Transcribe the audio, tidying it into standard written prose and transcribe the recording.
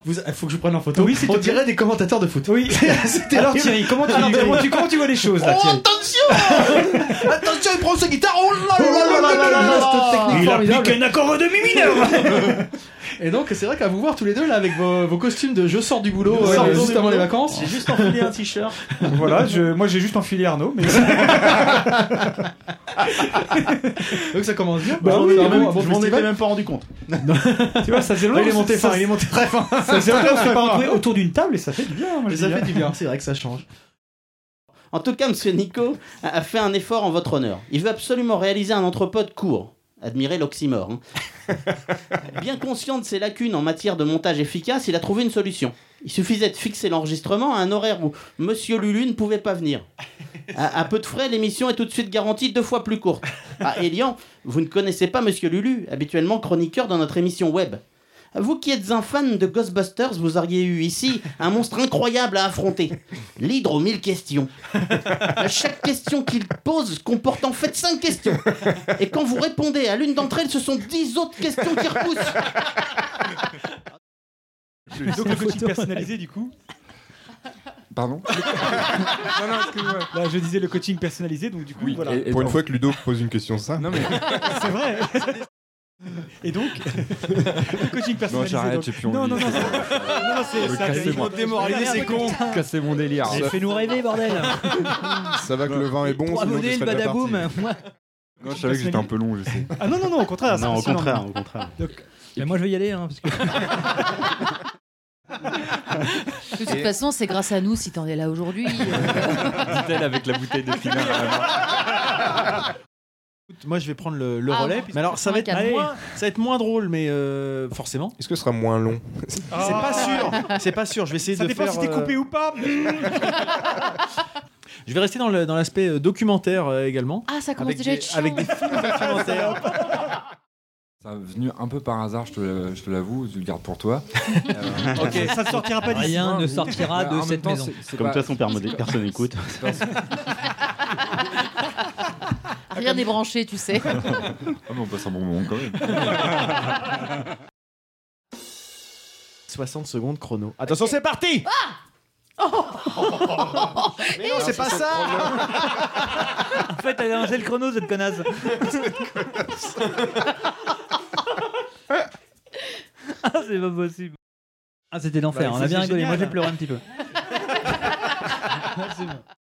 Il faut que je prenne en photo. Oui, on dirait des commentateurs de foot. Oui. Alors Thierry, comment tu vois les choses là, Thierry? Attention, il prend sa guitare. Oh là là là là là. Il applique un accord de mi mineur. Et donc c'est vrai qu'à vous voir tous les deux là avec vos costumes de je sors du boulot juste avant les vacances. J'ai juste enfilé un t-shirt. Voilà, moi j'ai juste enfilé Arnaud. Mais... donc ça commence bien. Je m'en étais même pas rendu compte. Tu vois, ça faisait longtemps. Il est monté très fin. Ça faisait longtemps qu'on s'est pas retrouvé autour d'une table et ça fait du bien. Moi, ça fait du bien. C'est vrai que ça change. En tout cas, monsieur Nico a fait un effort en votre honneur. Il veut absolument réaliser un entrepode court. Admirez l'oxymore. Bien conscient de ses lacunes en matière de montage efficace, il a trouvé une solution. Il suffisait de fixer l'enregistrement à un horaire où Monsieur Lulu ne pouvait pas venir. À peu de frais, l'émission est tout de suite garantie 2 fois plus courte. Ah, Elian, vous ne connaissez pas Monsieur Lulu, habituellement chroniqueur dans notre émission web. Vous qui êtes un fan de Ghostbusters, vous auriez eu ici un monstre incroyable à affronter. L'hydre aux 1000 questions. Chaque question qu'il pose comporte en fait 5 questions. Et quand vous répondez à l'une d'entre elles, ce sont 10 autres questions qui repoussent. Donc le coaching personnalisé du coup. Pardon. Non, excuse-moi. Là, je disais le coaching personnalisé, donc du coup, voilà. Et pour une fois que Ludo pose une question ça. Non mais c'est vrai. Et donc, le coaching personnalisé. Non, j'arrête, j'ai plus envie. Non, Cassez-moi. Démoraliser, c'est con. Cassez mon délire. Fais-nous rêver, bordel. Ça va que le vin est bon. Pour Sinon abonner je le serais déjà badaboum. parti. Moi. Non, je savais que j'étais un peu long, je sais. Ah non, au contraire. Non, au contraire. Donc, Mais moi, je vais y aller, parce que. De toute façon, c'est grâce à nous si t'en es là aujourd'hui. Dit-elle avec la bouteille de pinard à la main. Moi, je vais prendre le Ah, relais. non. Mais alors, ça va être moins drôle, mais forcément. Est-ce que ce sera moins long? C'est pas sûr. C'est pas sûr. Je vais essayer ça de dépend faire. si t'es coupé ou pas. Je vais rester dans l'aspect documentaire également. Ah, ça commence Avec déjà à être chiant. avec des films documentaires. Ça est venu un peu par hasard, je te l'avoue, je le garde pour toi. Ok, ça ne sortira pas d'ici. Rien ne sortira de cette maison. Comme de toute façon, personne n'écoute. Rien n'est branché, tu sais. Ah, mais on passe un bon moment quand même. 60 secondes chrono. Attention, c'est parti. Mais non, c'est pas ça. En fait, elle a lancé le chrono, cette connasse. Ah, c'est pas possible. Ah, c'était l'enfer. Bah, On a bien c'est rigolé. génial. Moi, j'ai pleuré un petit peu. C'est bon.